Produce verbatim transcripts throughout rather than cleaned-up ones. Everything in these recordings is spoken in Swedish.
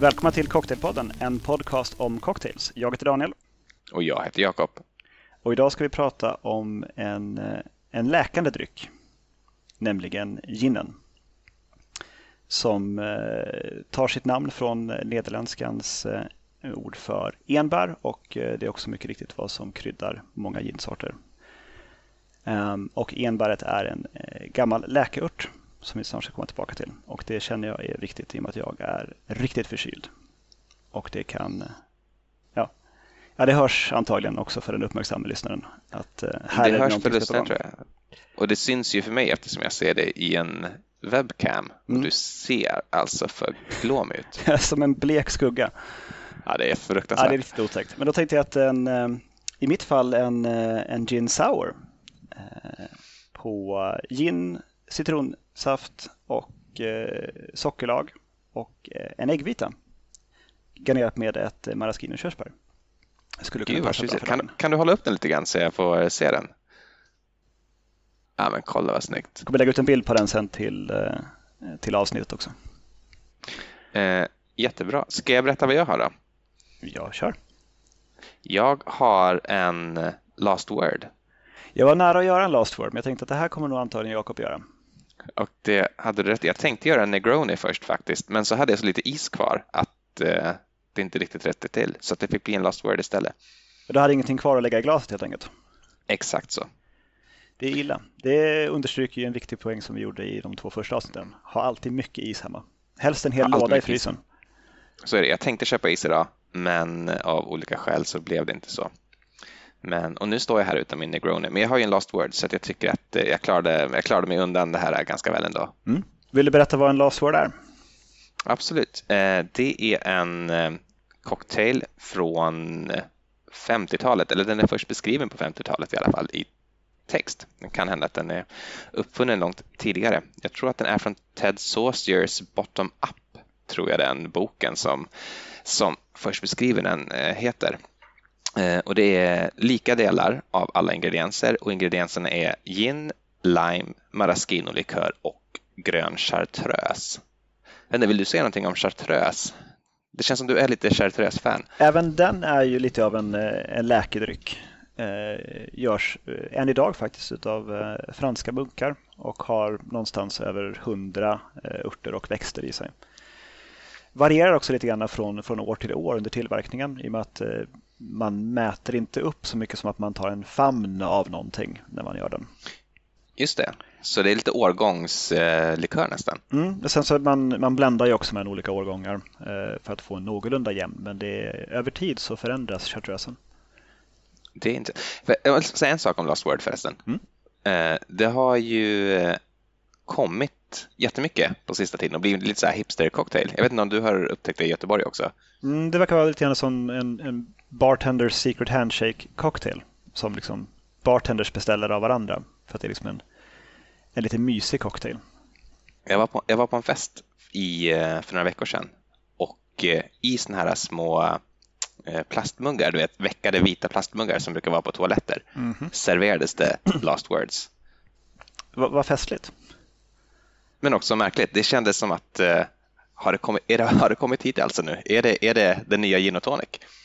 Välkomna till Cocktailpodden, en podcast om cocktails. Jag heter Daniel. Och jag heter Jakob. Och idag ska vi prata om en, en läkande dryck, nämligen ginen. Som eh, tar sitt namn från nederländskans eh, ord för enbär, och eh, det är också mycket riktigt vad som kryddar många ginsorter. Um, och enbäret är en eh, gammal läkeört som vi snart ska komma tillbaka till. Och det känner jag är viktigt i och med att jag är riktigt förkyld. Och det kan, ja, ja det hörs antagligen också för den uppmärksamma lyssnaren. Att, uh, här det är hörs för lyssnaren, tror jag. Och det syns ju för mig eftersom jag ser det i en webcam. Och mm. du ser alltså för glåm ut. Som en blek skugga. Ja, det är fruktansvärt. Ja, det är riktigt otäckt. Men då tänkte jag att en, i mitt fall en, en gin sour på gin, citronsaft och eh, sockerlag och eh, en äggvita garnerat med ett maraschino körsbär. Skulle kunna passa bra för kan, kan du hålla upp den lite grann så jag får se den? Ja, men kolla vad snyggt. Jag kommer lägga ut en bild på den sen till, eh, till avsnittet också. Eh, jättebra. Ska jag berätta vad jag har då? Ja, kör. Jag har en last word. Jag var nära att göra en last word, men jag tänkte att det här kommer nog antagligen Jakob göra. Och det hade du rätt. Jag tänkte göra en Negroni först faktiskt, men så hade jag så lite is kvar att eh, det inte riktigt rätte till. Så att det fick bli en last word istället. Du hade ingenting kvar att lägga i glaset helt enkelt? Exakt så. Det är illa. Det understryker ju en viktig poäng som vi gjorde i de två första avsnitten. Ha alltid mycket is hemma. Helst en hel ja, låda i frysen. Is. Så är det. Jag tänkte köpa is idag, men av olika skäl så blev det inte så. Men, och nu står jag här utan min Negroni. Men jag har ju en last word så att jag tycker att jag klarade, jag klarade mig undan det här ganska väl ändå. Mm. Vill du berätta vad en last word är? Absolut. Det är en cocktail från femtiotalet. Eller den är först beskriven på femtiotalet i alla fall i text. Det kan hända att den är uppfunnen långt tidigare. Jag tror att den är från Ted Sauciers Bottom Up. Tror jag den boken som, som först beskriven den heter. Och det är lika delar av alla ingredienser och ingredienserna är gin, lime, maraschino-likör och grön chartreuse. Vänta, vill du säga någonting om chartreuse? Det känns som du är lite chartreuse-fan. Även den är ju lite av en, en läkedryck. Eh, görs än idag faktiskt av eh, franska munkar och har någonstans över hundra eh, örter och växter i sig. Varierar också lite grann från, från år till år under tillverkningen i och med att eh, man mäter inte upp så mycket som att man tar en famn av någonting när man gör den. Just det, så det är lite årgångslikör nästan. Mm. Sen så man, man bländar ju också med olika årgångar eh, för att få en någorlunda jämn, men det är, över tid så förändras chartreusen. Det är inte... Jag vill säga en sak om Last Word förresten. Mm. Eh, det har ju kommit jättemycket på sista tiden och blivit lite så här hipster-cocktail. Jag vet inte om du har upptäckt det i Göteborg också? Mm, det verkar vara lite grann som en, en bartenders secret handshake cocktail som liksom bartenders beställer av varandra för att det är liksom en, en lite mysig cocktail. Jag var på, jag var på en fest i, för några veckor sedan och i såna här små plastmuggar, du vet, veckade vita plastmuggar som brukar vara på toaletter, mm-hmm. serverades det last words. Vad va festligt. Men också märkligt. Det kändes som att uh, har, det kommit, är det, har det kommit hit alltså nu? Är det, är det den nya gin och tonic?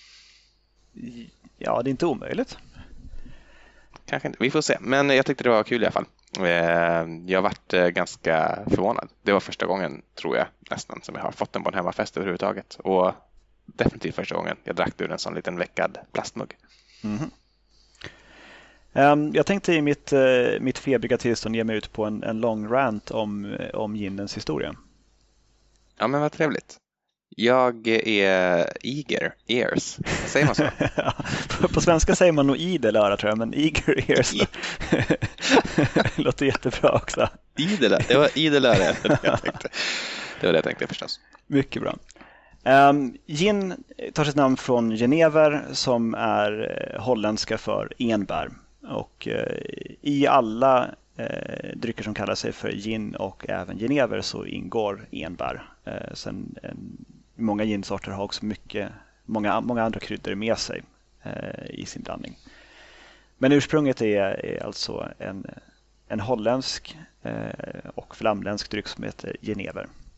Ja, det är inte omöjligt. Kanske inte. Vi får se. Men jag tyckte det var kul i alla fall. Jag har varit ganska förvånad. Det var första gången, tror jag, nästan som jag har fått den på en hemmafest överhuvudtaget. Och definitivt första gången jag drack ur en sån liten veckad plastmugg. Mm-hmm. Um, jag tänkte i mitt, uh, mitt febriga tillstånd ge mig ut på en, en lång rant om, om ginens historia. Ja, men vad trevligt. Jag är eager ears. Säger man så? på, på svenska säger man nog idel öra, tror jag, men eager ears I... låter jättebra också. Idel, det var idel öra. Det var det jag tänkte förstås. Mycket bra. Um, gin tar sitt namn från genever som är holländska för enbär. Och uh, i alla uh, drycker som kallar sig för gin och även genever så ingår enbär. Uh, sen, en, många ginsorter har också mycket, många, många andra kryddor med sig uh, i sin blandning. Men ursprunget är, är alltså en, en holländsk uh, och flamländsk dryck som heter genever.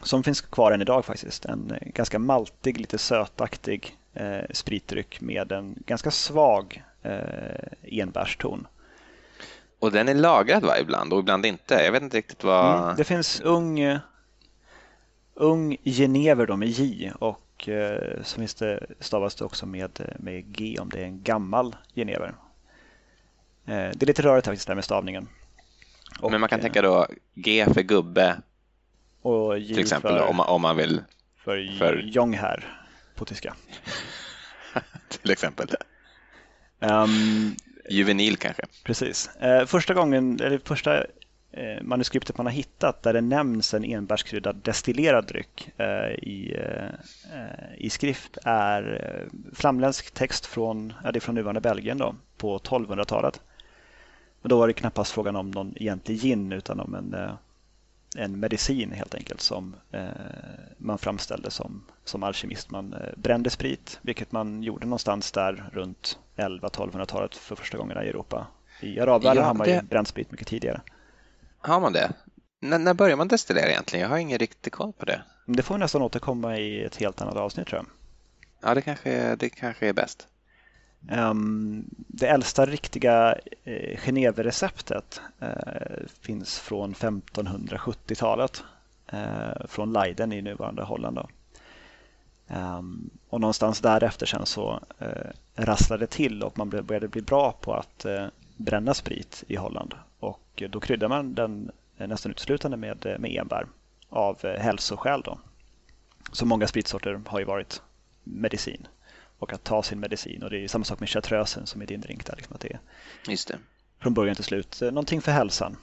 som finns kvar än idag faktiskt. En ganska maltig, lite sötaktig eh, spritdryck med en ganska svag eh, enbärston. Och den är lagrad va, ibland och ibland inte. Jag vet inte riktigt vad... Mm, det finns ung, ung genever då med J och eh, så finns det, stavas det också med, med G om det är en gammal genever. Eh, det är lite rörigt faktiskt där med stavningen. Och, men man kan tänka då G för gubbe och J till exempel för, då, om, man, om man vill. För, för... Jong här på tyska. till exempel. Um, Juvenil kanske. Precis. Eh, första gången, eller första eh, manuskriptet man har hittat där det nämns en enbärskryddad destillerad dryck eh, i, eh, i skrift är eh, flamländsk text från, ja, det är från nuvarande Belgien då, på tolvhundratalet. Men då var det knappast frågan om någon egentlig gin utan om en, eh, en medicin helt enkelt som eh, man framställde som, som alkemist. Man eh, brände sprit, vilket man gjorde någonstans där runt elva-tolvhundratalet för första gången i Europa. I arabvärlden ja, har man det... ju bränt sprit mycket tidigare. Har man det? N- när börjar man destillera egentligen? Jag har ingen riktig koll på det. Det får vi nästan återkomma i ett helt annat avsnitt tror jag. Ja, det kanske, det kanske är bäst. Um, det äldsta riktiga eh, Genevereceptet eh, finns från femtonhundrasjuttiotalet eh, från Leiden i nuvarande Holland. Då. Um, och någonstans därefter sen så eh, rasslade det till och man började bli bra på att eh, bränna sprit i Holland. Och då kryddar man den eh, nästan uteslutande med, med enbär av eh, hälsoskäl. Då. Så många spritsorter har ju varit medicin. Och att ta sin medicin. Och det är samma sak med chartreusen som är din drink där. Liksom att det är Just det. Från början till slut någonting för hälsan.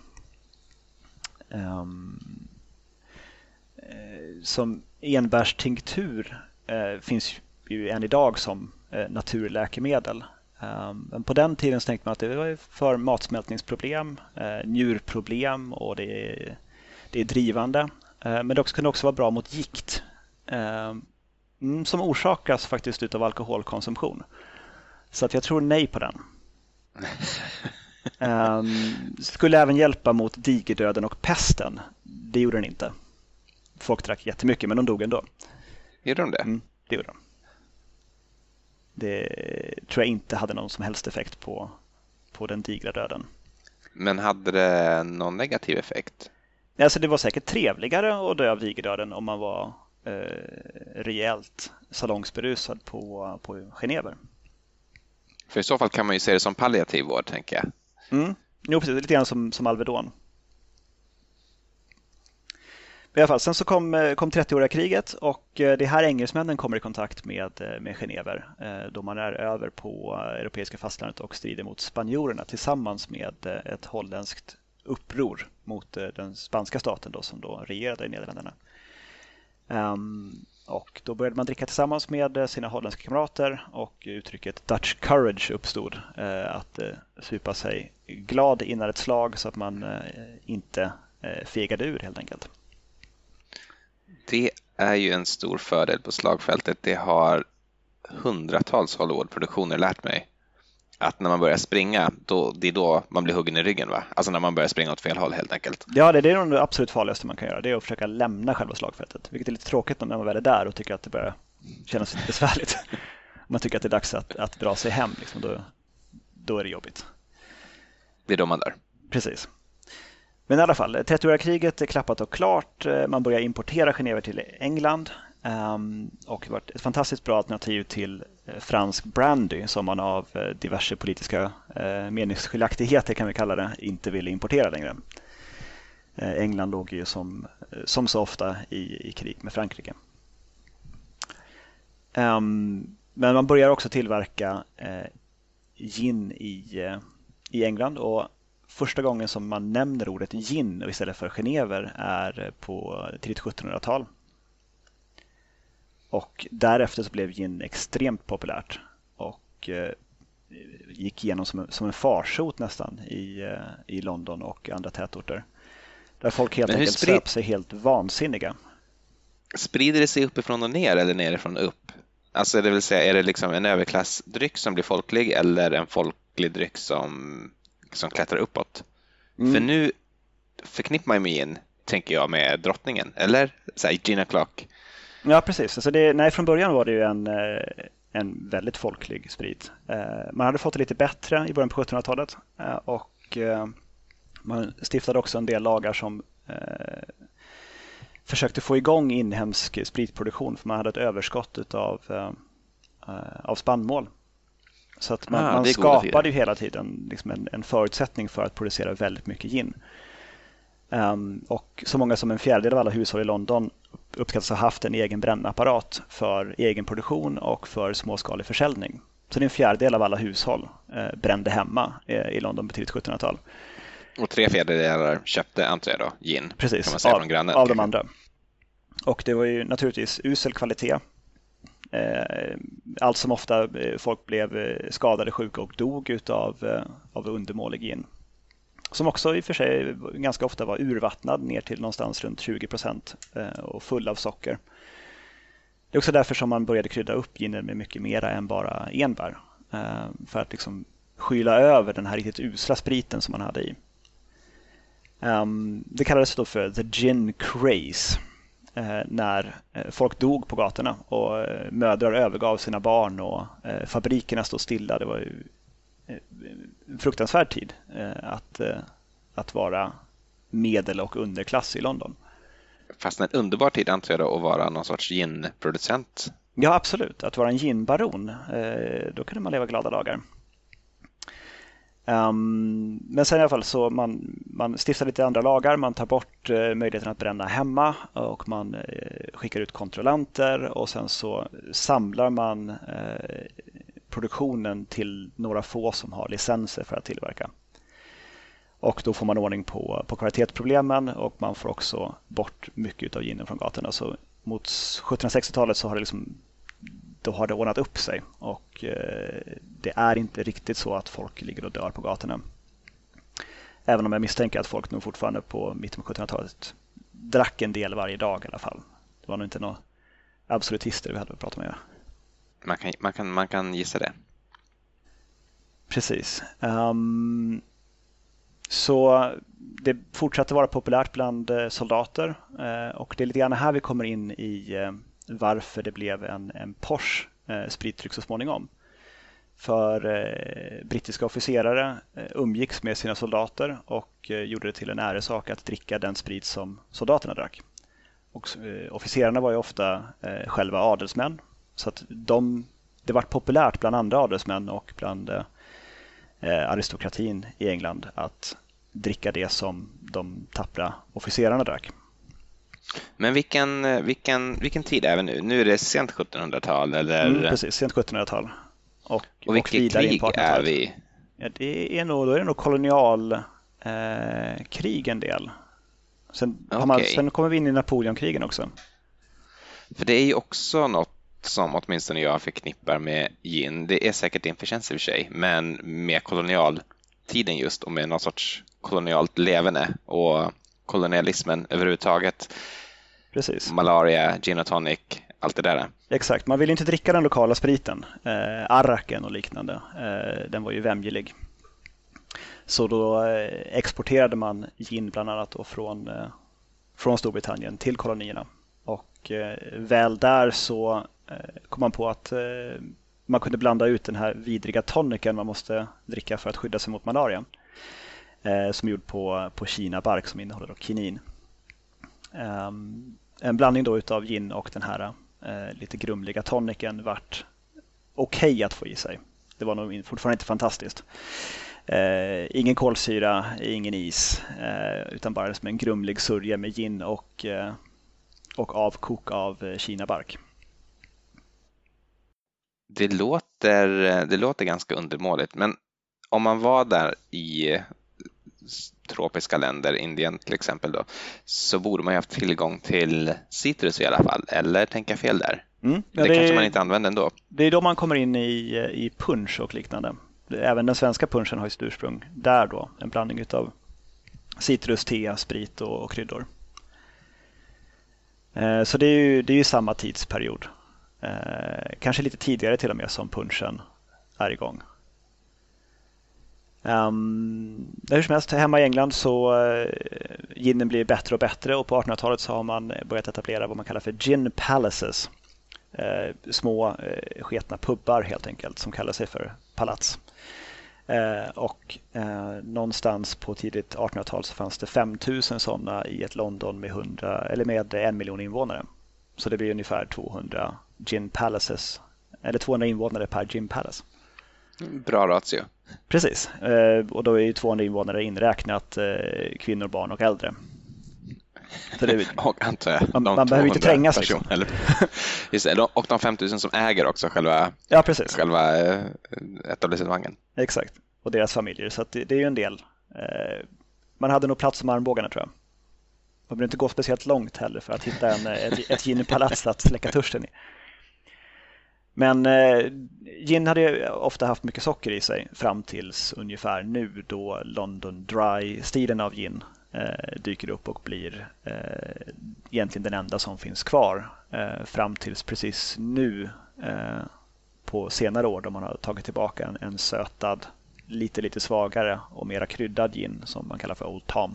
Um, eh, som enbärstinktur eh, finns ju än idag som eh, naturläkemedel. Um, men på den tiden så tänkte man att det var för matsmältningsproblem, eh, njurproblem och det är, det är drivande. Eh, men det också, kunde också vara bra mot gikt. Eh, som orsakas faktiskt utav alkoholkonsumtion. Så att jag tror nej på den. um, skulle även hjälpa mot digerdöden och pesten. Det gjorde den inte. Folk drack jättemycket men de dog ändå. Gjorde de det? Mm, det gjorde de. Det tror jag inte hade någon som helst effekt på, på den digra döden. Men hade det någon negativ effekt? Alltså det var säkert trevligare att dö av digerdöden om man var eh, rejält salongsberusad på, på genever. För i så fall kan man ju se det som palliativ vård, tänker jag. Mm. Jo, precis. Lite grann som, som Alvedon. I alla fall, sen så kom, kom trettioåriga kriget och det här engelsmännen kommer i kontakt med, med genever då man är över på europeiska fastlandet och strider mot spanjorerna tillsammans med ett holländskt uppror mot den spanska staten då, som då regerade i Nederländerna. Um, och då började man dricka tillsammans med sina holländska kamrater och uttrycket Dutch courage uppstod. Uh, att uh, supa sig glad innan ett slag så att man uh, inte uh, fegade ur helt enkelt. Det är ju en stor fördel på slagfältet. Det har hundratals Hollywood-produktioner lärt mig. Att när man börjar springa, då, det är då man blir huggen i ryggen, va? Alltså när man börjar springa åt fel håll helt enkelt. Ja, det, det är det absolut farligaste man kan göra. Det är att försöka lämna själva slagfältet. Vilket är lite tråkigt när man väl är där och tycker att det börjar kännas lite besvärligt. Man tycker att det är dags att, att dra sig hem. Liksom. Då, då är det jobbigt. Det är då man dör. Precis. Men i alla fall, trettioåriga kriget är klappat och klart. Man börjar importera genever till England. Um, och det var ett fantastiskt bra alternativ till fransk brandy som man av diverse politiska uh, meningsskiljaktigheter kan vi kalla det inte ville importera längre. Uh, England låg ju som, som så ofta i, i krig med Frankrike. Um, men man börjar också tillverka uh, gin i, uh, i England och första gången som man nämner ordet gin istället för genever är på tidigt sjuttonhundratal. Och därefter så blev gin extremt populärt och eh, gick igenom som en, som en farsot nästan i, eh, i London och andra tätorter. Där folk helt enkelt sprid... söp sig helt vansinniga. Sprider det sig uppifrån och ner eller nerifrån och upp? Alltså det vill säga, är det liksom en överklassdryck som blir folklig eller en folklig dryck som, som klättrar uppåt? Mm. För nu förknippar man med gin tänker jag, med drottningen. Eller så här, gin o'clock. Ja, precis. Alltså det, nej, från början var det ju en, en väldigt folklig sprit. Man hade fått det lite bättre i början på sjuttonhundratalet och man stiftade också en del lagar som försökte få igång inhemsk spritproduktion, för man hade ett överskott av, av spannmål. Så att man, ah, man skapade ju hela tiden liksom en, en förutsättning för att producera väldigt mycket gin. Um, och så många som en fjärdedel av alla hushåll i London uppskattas ha haft en egen brännapparat för egen produktion och för småskalig försäljning. Så det är en fjärdedel av alla hushåll eh, brände hemma eh, i London på tidigt sjuttonhundratal. Och tre fjärdedelar köpte, antar jag då, gin. Precis, kan man säga, av, från grannen, av de andra. Och det var ju naturligtvis usel kvalitet. Eh, allt som ofta eh, folk blev eh, skadade, sjuka och dog utav, eh, av undermålig gin. Som också i och för sig ganska ofta var urvattnad ner till någonstans runt tjugo procent eh, och full av socker. Det är också därför som man började krydda upp ginen med mycket mera än bara enbär. Eh, för att liksom skyla över den här riktigt usla spriten som man hade i. Um, det kallades då för the gin craze. Eh, när eh, folk dog på gatorna och eh, mödrar övergav sina barn och eh, fabrikerna stod stilla. Det var ju en fruktansvärd tid eh, att, eh, att vara medel- och underklass i London. Fast en underbar tid, antar jag då, att vara någon sorts ginproducent. Ja, absolut. Att vara en ginbaron, eh, då kunde man leva glada dagar. Um, men sen i alla fall så man, man stiftar lite andra lagar, man tar bort eh, möjligheten att bränna hemma och man eh, skickar ut kontrollanter och sen så samlar man eh, produktionen till några få som har licenser för att tillverka. Och då får man ordning på, på kvalitetsproblemen och man får också bort mycket av ginen från gatorna. Så mot sjuttonhundrasextiotalet så har det liksom då har det ordnat upp sig och eh, det är inte riktigt så att folk ligger och dör på gatorna. Även om jag misstänker att folk nog fortfarande på mitten på sjuttonhundratalet drack en del varje dag i alla fall. Det var nog inte några absolutister vi hade att prata med. Man kan, man kan, man kan gissa det. Precis. Um, så det fortsatte vara populärt bland soldater uh, och det är lite grann här vi kommer in i uh, varför det blev en, en Porsche uh, spritdryck så småningom. För uh, brittiska officerare uh, umgicks med sina soldater och uh, gjorde det till en äresak att dricka den sprit som soldaterna drack. Och uh, officerarna var ju ofta uh, själva adelsmän. Så att de, det var populärt bland andra adelsmän och bland eh, aristokratin i England att dricka det som de tappra officerarna drack. Men vilken, vilken, vilken tid är vi nu? Nu är det sent sjuttonhundratal? Eller? Mm, precis, sent sjuttonhundratal. Och, och vilket och krig är vi? Ja, det är nog, då är det nog kolonialkrig eh, krig en del. Sen, okay. man, sen kommer vi in i Napoleonkrigen också. För det är ju också något som åtminstone jag förknippar med gin. Det är säkert din förtjänst i och för sig, men med kolonialtiden just och med någon sorts kolonialt levande och kolonialismen överhuvudtaget. Precis. Malaria, gin och tonic, allt det där. Exakt, man vill inte dricka den lokala spriten. Eh, arraken och liknande, eh, den var ju vämjelig. Så då eh, exporterade man gin bland annat då från, eh, från Storbritannien till kolonierna. Och eh, väl där så kom man på att eh, man kunde blanda ut den här vidriga toniken man måste dricka för att skydda sig mot malaria. Eh, som är gjord på, på kinabark som innehåller då kinin. Eh, en blandning då utav gin och den här eh, lite grumliga toniken vart okej okay att få i sig. Det var nog fortfarande inte fantastiskt. Eh, ingen kolsyra, ingen is, eh, utan bara som en grumlig surge med gin och, eh, och avkok av eh, kinabark. Det låter, det låter ganska undermåligt, men om man var där i tropiska länder, Indien till exempel då, så borde man ju haft tillgång till citrus i alla fall, eller tänka fel där? Mm, ja, det, det kanske man inte använder ändå. Det är då man kommer in i, i punch och liknande. Även den svenska punchen har ju sitt ursprung där då, en blandning av citrus, te, sprit och, och kryddor. Eh, så det är ju, det är ju samma tidsperiod. Eh, kanske lite tidigare till och med som punchen är igång. Um, hur som helst, hemma i England så uh, ginen blir bättre och bättre och på artonhundratalet så har man börjat etablera vad man kallar för gin palaces. Uh, små uh, sketna pubbar helt enkelt som kallar sig för palats. Uh, och uh, någonstans på tidigt artonhundratal så fanns det fem tusen sådana i ett London med, hundra, eller med en miljon invånare. Så det blir ungefär tvåhundra gin palaces, eller tvåhundra invånare per gin palace. Bra ratio. Precis, och då är ju tvåhundra invånare inräknat kvinnor, barn och äldre. Så det, och antar jag, man, man behöver inte trängas person, liksom. Just det, och de fem tusen som äger också själva, ja, precis. själva etablissemangen. Exakt, och deras familjer, så att det, det är ju en del. Man hade nog plats som armbågarna tror jag. Man behöver inte gå speciellt långt heller för att hitta en, ett, ett ginpalats att släcka törsten i. Men eh, gin hade ju ofta haft mycket socker i sig fram tills ungefär nu då London Dry-stilen av gin eh, dyker upp och blir eh, egentligen den enda som finns kvar eh, fram tills precis nu eh, på senare år då man har tagit tillbaka en, en sötad, lite lite svagare och mera kryddad gin som man kallar för Old Tom.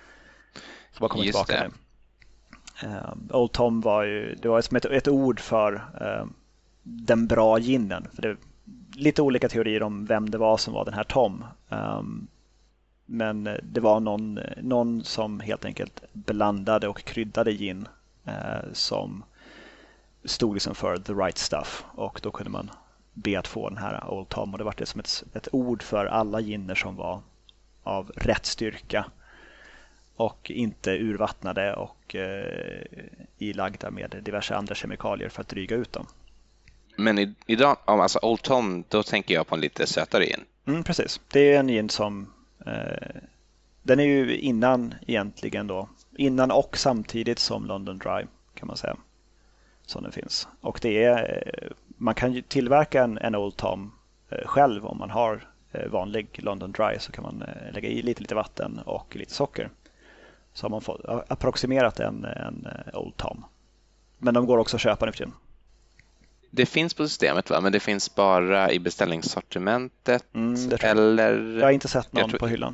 Så bara kommer tillbaka nu. Eh, Old Tom var ju det var som ett, ett ord för eh, den bra ginen. För det är lite olika teorier om vem det var som var den här Tom. Um, men det var någon, någon som helt enkelt blandade och kryddade gin uh, som stod liksom för the right stuff. Och då kunde man be att få den här Old Tom. Och det var det som ett, ett ord för alla giner som var av rätt styrka. Och inte urvattnade och uh, ilagda med diverse andra kemikalier för att dryga ut dem. Men i, idag, alltså Old Tom, då tänker jag på en lite sötare gin. Mm, precis. Det är en gin som eh, den är ju innan egentligen då. Innan och samtidigt som London Dry kan man säga. Som den finns. Och det är eh, man kan ju tillverka en, en Old Tom eh, själv om man har eh, vanlig London Dry så kan man eh, lägga i lite lite vatten och lite socker. Så har man fått approximerat en, en Old Tom. Men de går också att köpa nu för tiden. Det finns på systemet va? Men det finns bara i beställningssortimentet mm, eller... Jag har inte sett någon tror... på hyllan.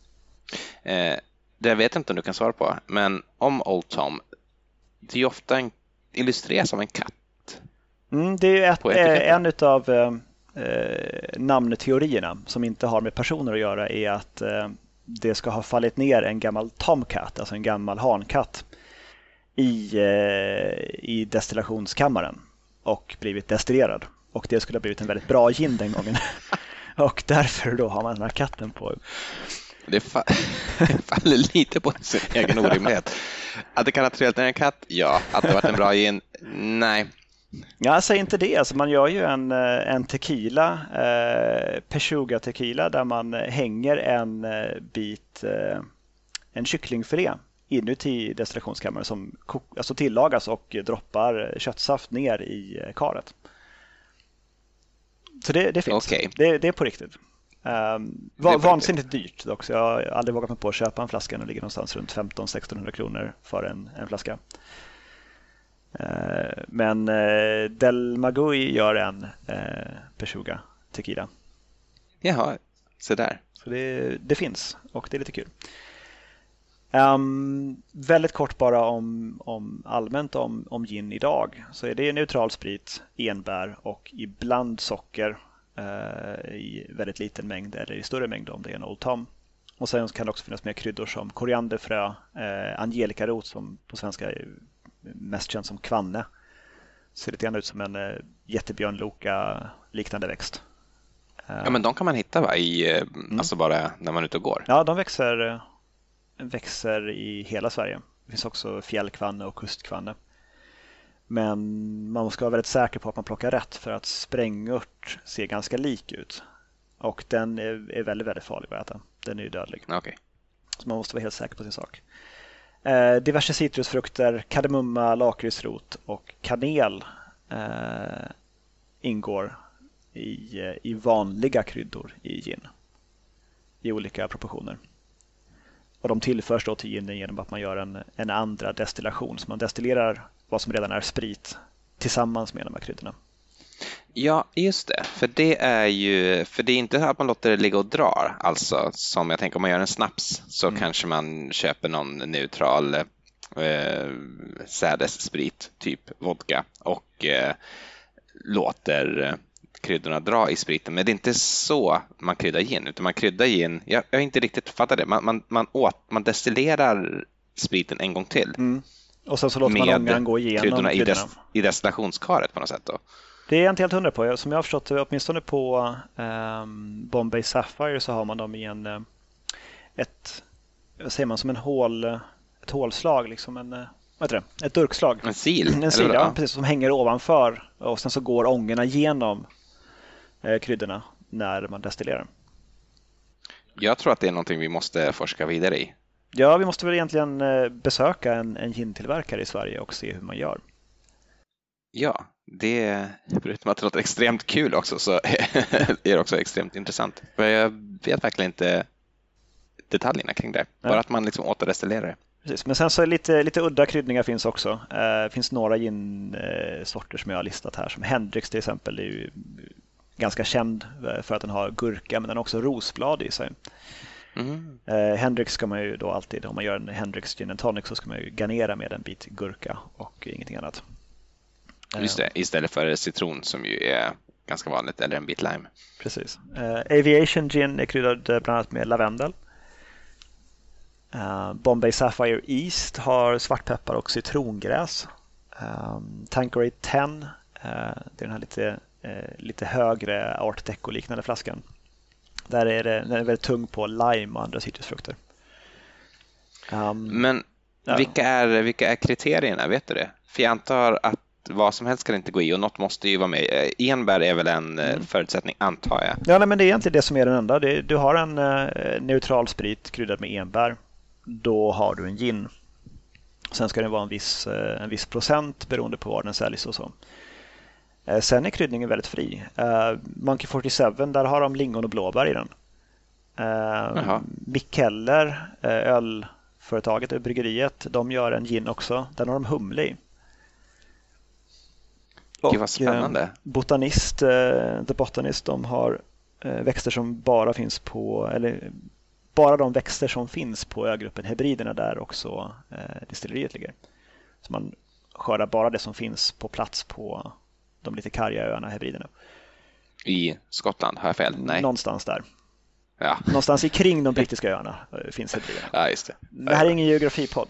Eh, det vet jag inte om du kan svara på. Men om Old Tom, det är ofta en, illustreras som en katt. Mm, det är ett, en av eh, namnteorierna som inte har med personer att göra är att eh, det ska ha fallit ner en gammal tomcat, alltså en gammal hankatt i, eh, i destillationskammaren. Och blivit destillerad. Och det skulle ha blivit en väldigt bra gin den gången. Och därför då har man den här katten på. Det fa- faller lite på sin egen orimlighet. Att det kan ha trillat ner en katt? Ja. Att det varit en bra gin? Nej. Jag säger inte det. Alltså man gör ju en, en tequila, eh, Pechuga tequila, där man hänger en bit, eh, en kycklingfilé inuti destillationskammaren som alltså tillagas och droppar köttsaft ner i karet. Så det, det finns. Okay. Det, det är på riktigt. Um, va, vansinnigt dyrt också. Jag har aldrig vågat mig på att köpa en flaska. Den ligger någonstans runt femton till sextonhundra kronor för en, en flaska. Uh, men uh, Del Magui gör en uh, Pechuga tequila. Jaha, så där. Så det, det finns och det är lite kul. Um, väldigt kort bara om, om allmänt om, om gin idag. Så är det neutral sprit, enbär och ibland socker uh, i väldigt liten mängd eller i större mängd om det är en Old Tom. Och sen kan det också finnas med kryddor som korianderfrö, uh, angelikarot som på svenska är mest känd som kvanne. Ser lite grann ut som en uh, jättebjörnloka liknande växt. Uh, ja men de kan man hitta va? I, mm. Alltså bara när man är ute och går? Ja, de växer... Uh, växer i hela Sverige. Det finns också fjällkvanne och kustkvanne. Men man ska vara väldigt säker på att man plockar rätt för att sprängört ser ganska lik ut. Och den är, är väldigt, väldigt farlig att äta. Den är ju dödlig. Okay. Så man måste vara helt säker på sin sak. Eh, diverse citrusfrukter, kardemumma, lakritsrot och kanel eh, ingår i, i vanliga kryddor i gin. I olika proportioner. Och de tillförs då till ginen genom att man gör en, en andra destillation. Så man destillerar vad som redan är sprit tillsammans med de här kryddorna. Ja, just det. För det är ju, för det är inte så att man låter det ligga och dra. Alltså, som jag tänker, om man gör en snaps så mm. kanske man köper någon neutral eh, sädessprit, typ vodka, och eh, låter kryddorna dra i spriten. Men det är inte så man kryddar gin, utan man kryddar gin, jag, jag har inte riktigt fattat det, man, man, man, åt, man destillerar spriten en gång till. Mm. Och sen så låter man ångan gå igenom kryddorna i, des, i destillationskaret på något sätt då. Det är jag inte helt hundra på. Som jag har förstått det, åtminstone på um, Bombay Sapphire så har man dem i en uh, ett, vad säger man, som en hål, ett hålslag, liksom en, uh, vad heter det? Ett durkslag. En sil? En sil, ja, precis, som hänger ovanför, och sen så går ångorna genom uh, kryddorna när man destillerar. Jag tror att det är någonting vi måste forska vidare i. Ja, vi måste väl egentligen uh, besöka en, en gintillverkare i Sverige och se hur man gör. Ja, det, förutom att det låter extremt kul också, så är det också extremt intressant. För jag vet verkligen inte detaljerna kring det. Bara ja. Att man liksom återdestillerar det. Precis, men sen så är lite, lite udda kryddningar finns också. Det eh, finns några gin-sorter som jag har listat här. Som Hendrix till exempel är ju ganska känd för att den har gurka, men den har också rosblad i sig. Mm. Eh, Hendrix ska man ju då alltid, om man gör en Hendrix gin and tonic, så ska man ju garnera med en bit gurka och ingenting annat. Just det, istället för citron som ju är ganska vanligt, eller en bit lime. Precis. Uh, Aviation gin är kryddad bland annat med lavendel. Uh, Bombay Sapphire East har svartpeppar och citrongräs. Um, Tanqueray tio, uh, det är den här lite, uh, lite högre art deco-liknande flaskan. Där är det, den är väldigt tung på lime och andra citrusfrukter. Um, Men ja. vilka, är, vilka är kriterierna, vet du det? För jag antar att vad som helst kan inte gå i, och något måste ju vara med. Enbär är väl en mm. förutsättning, antar jag. Ja, nej, men det är egentligen det som är den enda. Det, du har en uh, neutral sprit kryddad med enbär. Då har du en gin. Sen ska det vara en viss, uh, en viss procent beroende på var den säljs och så. Uh, sen är kryddningen väldigt fri. Uh, Monkey fyrtiosju, där har de lingon och blåbär i den. Uh, Mikkeller, uh, ölföretaget, bryggeriet, de gör en gin också. Den har de humle i. Gud, vad spännande. Och Botanist, uh, The Botanist, de har uh, växter som bara finns på, eller bara de växter som finns på ögruppen Hebriderna, där också uh, distilleriet ligger. Så man skördar bara det som finns på plats på de lite karga öarna Hebriderna. I Skottland, har jag fel? Nej. Någonstans där. Ja. Någonstans i kring de brittiska öarna uh, finns Hebriderna. Ja, just det. Det här är ingen geografipodd.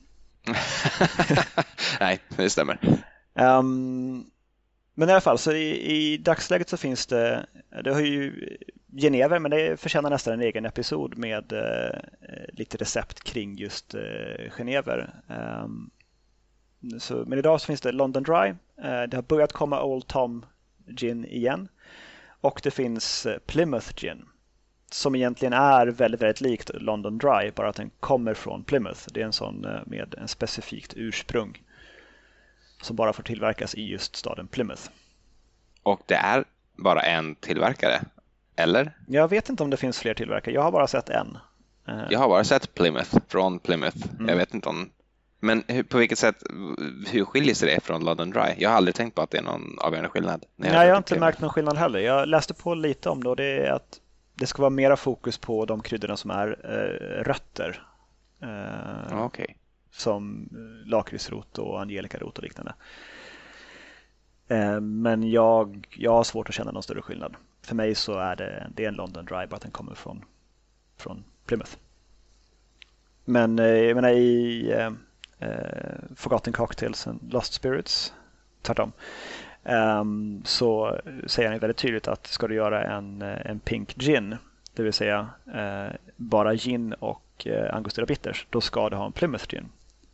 Nej, det stämmer. Um, Men i alla fall, så i, i dagsläget så finns det, det har ju genever, men det förtjänar nästan en egen episod med eh, lite recept kring just eh, genever. Um, så, men idag så finns det London Dry, eh, det har börjat komma Old Tom Gin igen, och det finns eh, Plymouth Gin, som egentligen är väldigt, väldigt likt London Dry, bara att den kommer från Plymouth. Det är en sån eh, med en specifikt ursprung, som bara får tillverkas i just staden Plymouth. Och det är bara en tillverkare, eller? Jag vet inte om det finns fler tillverkare. Jag har bara sett en. Jag har bara sett Plymouth, från Plymouth. Mm. Jag vet inte om... Men hur, på vilket sätt, hur skiljer sig det från London Dry? Jag har aldrig tänkt på att det är någon avgörande skillnad. Nej, jag, jag har inte märkt någon skillnad heller. Jag läste på lite om det, och det är att det ska vara mera fokus på de kryddorna som är äh, rötter. Äh, Okej. Okay. Som lakritsrot och angelikarot och liknande. Men jag, jag har svårt att känna någon större skillnad. För mig så är det, det är en London Dry, bara att den kommer från, från Plymouth. Men jag menar, i eh, Forgotten Cocktails and Lost Spirits, tvärtom, um, så säger han väldigt tydligt att ska du göra en, en pink gin, det vill säga eh, bara gin och eh, Angostura Bitters, då ska du ha en Plymouth gin.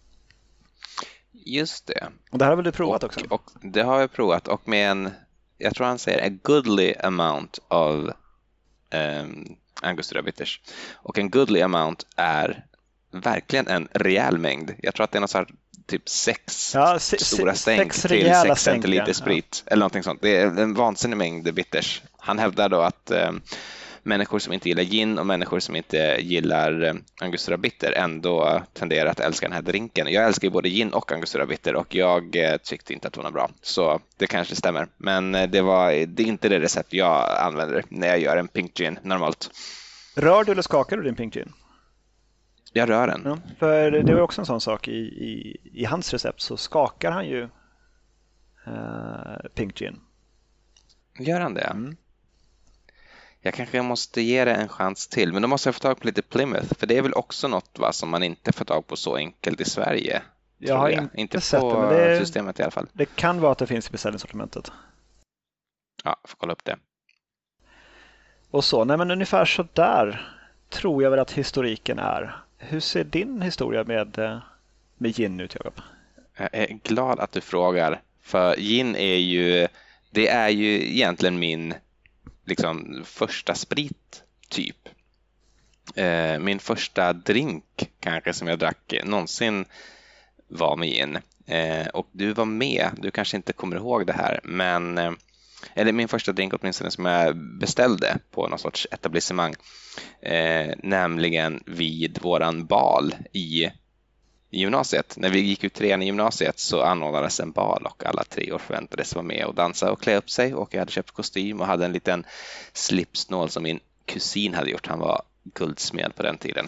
Just det. Och det här har väl du provat och, också? Och det har jag provat, och med en, jag tror han säger a goodly amount of um, Angostura Bitters. Och en goodly amount är verkligen en rejäl mängd. Jag tror att det är något så här, typ sex ja, se, stora se, stänk sex till sex centiliter ja. sprit. Eller någonting sånt. Det är en vansinnig mängd bitters. Han hävdar då att um, människor som inte gillar gin och människor som inte gillar angostura bitter ändå tenderar att älska den här drinken. Jag älskar ju både gin och angostura bitter och jag tyckte inte att hon var bra. Så det kanske stämmer. Men det, var, det är inte det recept jag använder när jag gör en pink gin normalt. Rör du eller skakar du din pink gin? Jag rör den. Ja, för det var också en sån sak i, i, i hans recept så skakar han ju uh, pink gin. Gör han det? Mm. Jag kanske måste ge det en chans till. Men då måste jag få tag på lite Plymouth. För det är väl också något va, som man inte får tag på så enkelt i Sverige. Jag har jag. inte, inte sett på det, men det, systemet i alla fall. Det kan vara att det finns i beställningssortimentet. Ja, får kolla upp det. Och så, nej men ungefär så där tror jag väl att historiken är. Hur ser din historia med, med gin ut, Jakob? Jag är glad att du frågar. För gin är ju, det är ju egentligen min liksom första sprit typ. Eh, min första drink kanske som jag drack någonsin var med gin. Eh, och du var med, du kanske inte kommer ihåg det här, men eh, eller min första drink åtminstone som jag beställde på någon sorts etablissemang. Eh, nämligen vid våran bal i, i gymnasiet. När vi gick ut trean i gymnasiet så anordnades en bal och alla tre år förväntades vara med och dansa och klä upp sig. Och jag hade köpt kostym och hade en liten slipsnål som min kusin hade gjort. Han var guldsmed på den tiden.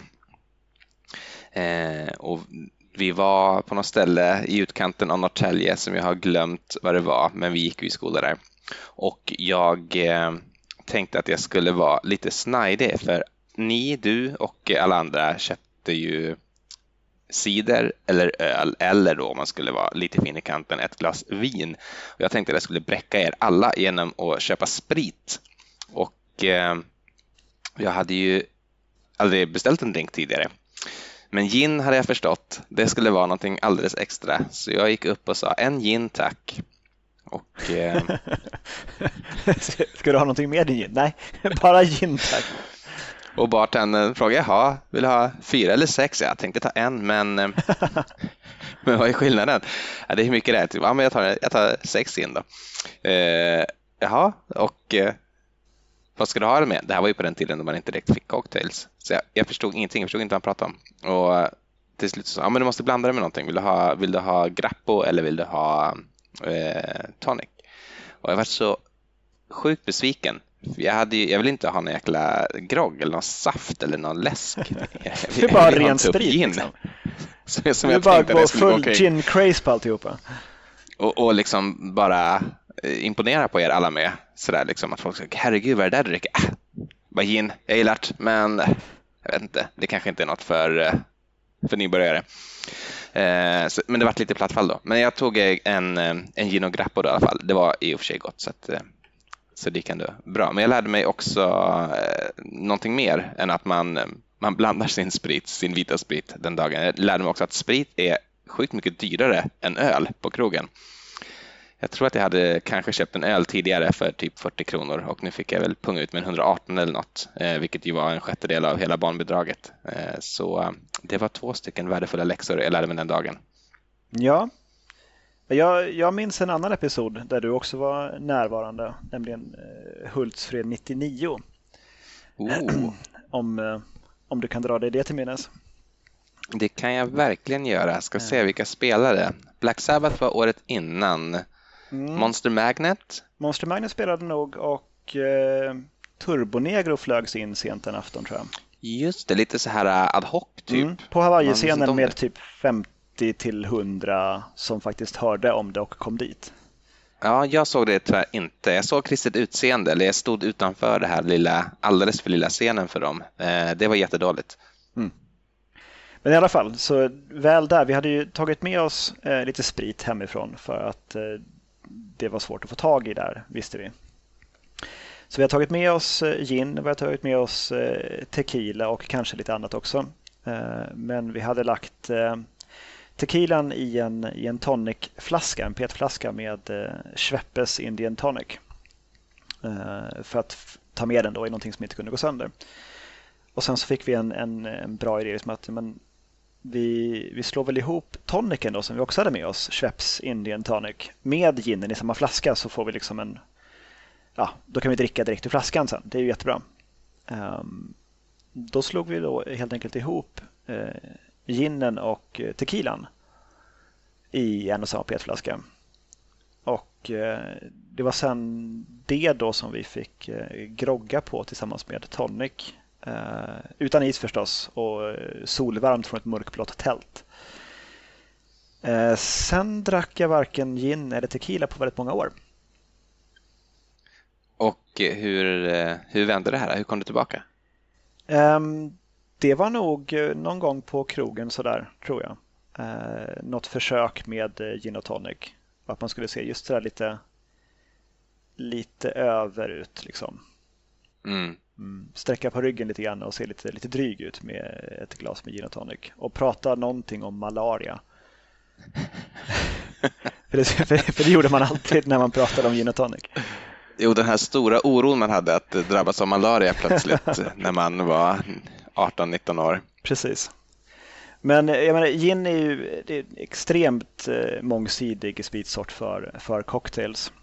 Eh, och vi var på något ställe i utkanten av Norrtälje som jag har glömt vad det var, men vi gick ju i skola där. Och jag eh, tänkte att jag skulle vara lite snajdig för ni, du och alla andra köpte ju cider eller öl eller då om man skulle vara lite fin i kanten ett glas vin. Och jag tänkte att jag skulle bräcka er alla genom att köpa sprit. Och eh, jag hade ju aldrig beställt en drink tidigare. Men gin hade jag förstått. Det skulle vara någonting alldeles extra. Så jag gick upp och sa en gin tack. Och, eh... Ska du ha någonting med din gin? Nej, bara gin tack. Och bartendern frågade, jaha, vill du ha fyra eller sex? Jag tänkte ta en, men, men vad är skillnaden? Ja, det är mycket rätt. Ja, men jag tar, jag tar sex gin då. Eh, jaha, och eh, vad ska du ha det med? Det här var ju på den tiden då man inte direkt fick cocktails. Så jag, jag förstod ingenting, jag förstod inte vad han pratade om. Och till slut så sa ja, men du måste blanda det med någonting. Vill du ha, vill du ha grappo eller vill du ha eh, tonic? Och jag var så sjukt besviken. Jag, hade ju, jag vill inte ha någon jäkla grogg eller någon saft eller någon läsk. Det är bara ren sprit. Liksom. Så, som du jag bara går full gin craze på alltihopa. Och, och liksom bara imponera på er alla med. Sådär liksom att folk säger, herregud vad är det där du dricker? Äh, bara gin, jag gillar det. Men jag vet inte, det kanske inte är något för, för nybörjare. Eh, så, men det var lite plattfall då. Men jag tog en, en gin och grappo då, i alla fall. Det var i och för sig gott så att... Så det kan du bra. Men jag lärde mig också eh, någonting mer än att man, man blandar sin sprit, sin vita sprit den dagen. Jag lärde mig också att sprit är sjukt mycket dyrare än öl på krogen. Jag tror att jag hade kanske köpt en öl tidigare för typ fyrtio kronor och nu fick jag väl punga ut med hundraarton eller något, eh, vilket ju var en sjättedel av hela barnbidraget. Eh, så eh, det var två stycken värdefulla läxor jag lärde mig den dagen. Ja. Jag, jag minns en annan episod där du också var närvarande, nämligen eh, Hultsfred nittionio. Oh. om, eh, om du kan dra dig det till minnes. Det kan jag verkligen göra. Ska se vilka spelare. Black Sabbath var året innan. Mm. Monster Magnet. Monster Magnet spelade nog och eh, Turbonegro flögs in sent en afton tror jag. Just det, lite så här ad hoc typ. Mm. På Hawaii-scenen med typ femtio till hundra som faktiskt hörde om det och kom dit. Ja, jag såg det tyvärr inte. Jag såg kristet utseende, eller jag stod utanför det här lilla, alldeles för lilla scenen för dem. Eh, det var jättedåligt. Mm. Men i alla fall, så väl där. Vi hade ju tagit med oss eh, lite sprit hemifrån för att eh, det var svårt att få tag i där, visste vi. Så vi har tagit med oss eh, gin, vi har tagit med oss eh, tequila och kanske lite annat också. Eh, men vi hade lagt... Eh, tequilan i en, i en tonicflaska, en petflaska med eh, Schweppes Indian Tonic. Eh, för att f- ta med den då i någonting som inte kunde gå sönder. Och sen så fick vi en, en, en bra idé som att men, vi, vi slår väl ihop tonicen då som vi också hade med oss, Schweppes Indian Tonic, med ginen i samma flaska så får vi liksom en, ja, då kan vi dricka direkt ur flaskan sen. Det är ju jättebra. Um, då slog vi då helt enkelt ihop uh, ginen och tequilan i en och samma petflaska. Och uh, det var sen det då som vi fick uh, grogga på tillsammans med tonic. Uh, utan is förstås och uh, solvarmt från ett mörkblått tält. Uh, sen drack jag varken gin eller tequila på väldigt många år. Och hur, hur vände det här? Hur kom du tillbaka? Um, det var nog någon gång på krogen sådär, tror jag. Uh, något försök med gin och tonic. Att man skulle se just sådär lite lite överut liksom. Mm. Mm, sträcka på ryggen lite grann och se lite, lite dryg ut med ett glas med gin och tonic. Och prata någonting om malaria. för, det, för, för det gjorde man alltid när man pratade om gin och tonic. Jo, den här stora oron man hade att drabbas av malaria plötsligt när man var arton nitton år. Precis. Men jag menar, gin är ju det är en extremt eh, mångsidig spritsort för, för cocktails.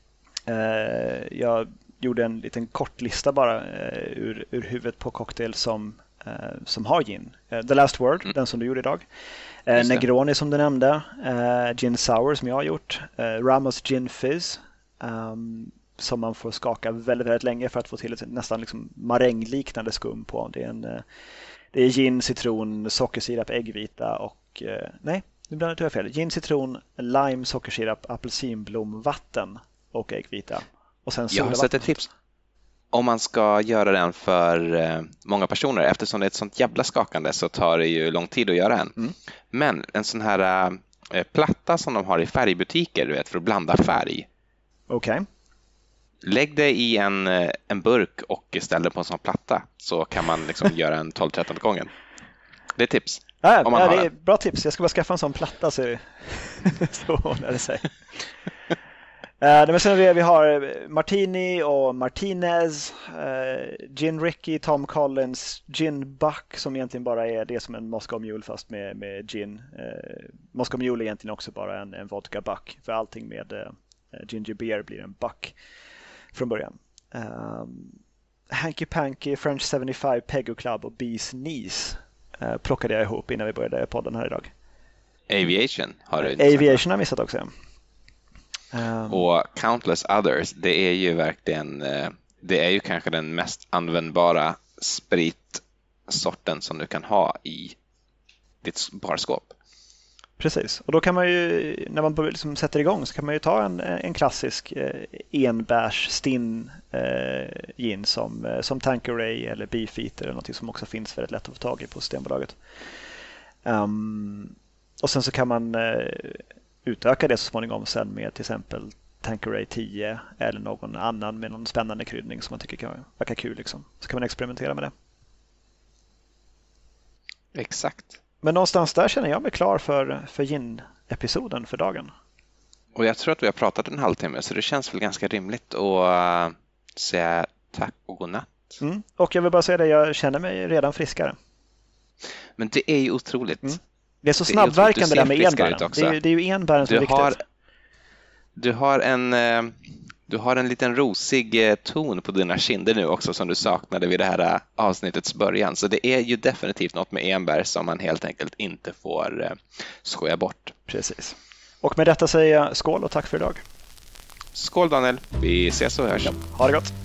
Eh, jag gjorde en liten kort lista bara eh, ur, ur huvudet på cocktails som, eh, som har gin. Eh, The Last Word, mm. den som du gjorde idag. Eh, Negroni som du nämnde. Eh, gin Sour som jag har gjort. Eh, Ramos Gin Fizz. Um, som man får skaka väldigt, väldigt länge för att få till ett nästan liksom marängliknande skum på. Det är, en, det är gin, citron, sockersirap, äggvita och... Nej, nu blandar jag fel. Gin, citron, lime, sockersirap, apelsinblom, vatten och äggvita. Och sen jag har sett ett tips. Om man ska göra den för många personer, eftersom det är ett sånt jävla skakande så tar det ju lång tid att göra en. Mm. Men en sån här äh, platta som de har i färgbutiker, du vet, för att blanda färg. Okej. Okay. Lägg det i en, en burk och ställ det på en sån platta så kan man liksom göra en tolv tretton gången. Det är tips. Ja, om man ja, har det är bra tips. Jag ska bara skaffa en sån platta så, så ordnar det sig. uh, men sen vi, vi har Martini och Martinez, uh, Gin Ricky, Tom Collins, Gin Buck som egentligen bara är det som en Moscow Mule fast med, med gin. Uh, Moscow Mule är egentligen också bara en, en vodka buck för allting med uh, ginger beer blir en buck från början. Um, Hanky Panky, French sjuttiofem, Peggo Club och Bees Knees uh, plockade jag ihop innan vi började podden här idag. Aviation har du inte Aviation har jag missat också. Um, och Countless Others, det är ju verkligen det är ju kanske den mest användbara spritsorten som du kan ha i ditt barskåp. Precis, och då kan man ju, när man liksom sätter igång så kan man ju ta en, en klassisk eh, enbärs stinn eh, gin som, eh, som Tanqueray eller Beefeater eller något som också finns väldigt lätt att få tag i på Systembolaget. Um, och sen så kan man eh, utöka det så småningom sen med till exempel Tanqueray tio eller någon annan med någon spännande kryddning som man tycker kan verka kul liksom. Så kan man experimentera med det. Exakt. Men någonstans där känner jag mig klar för, för gin-episoden för dagen. Och jag tror att vi har pratat en halvtimme så det känns väl ganska rimligt att uh, säga tack och godnatt. Mm. Och jag vill bara säga det, jag känner mig redan friskare. Men det är ju otroligt. Mm. Det är så snabbverkande där med enbären. Det är, det är ju enbären som du är viktigt. Har, du har en... Uh, Du har en liten rosig ton på dina kinder nu också som du saknade vid det här avsnittets början. Så det är ju definitivt något med enbär som man helt enkelt inte får skoja bort. Precis. Och med detta säger jag skål och tack för idag. Skål Daniel, vi ses och hörs. Ja, ha det gott.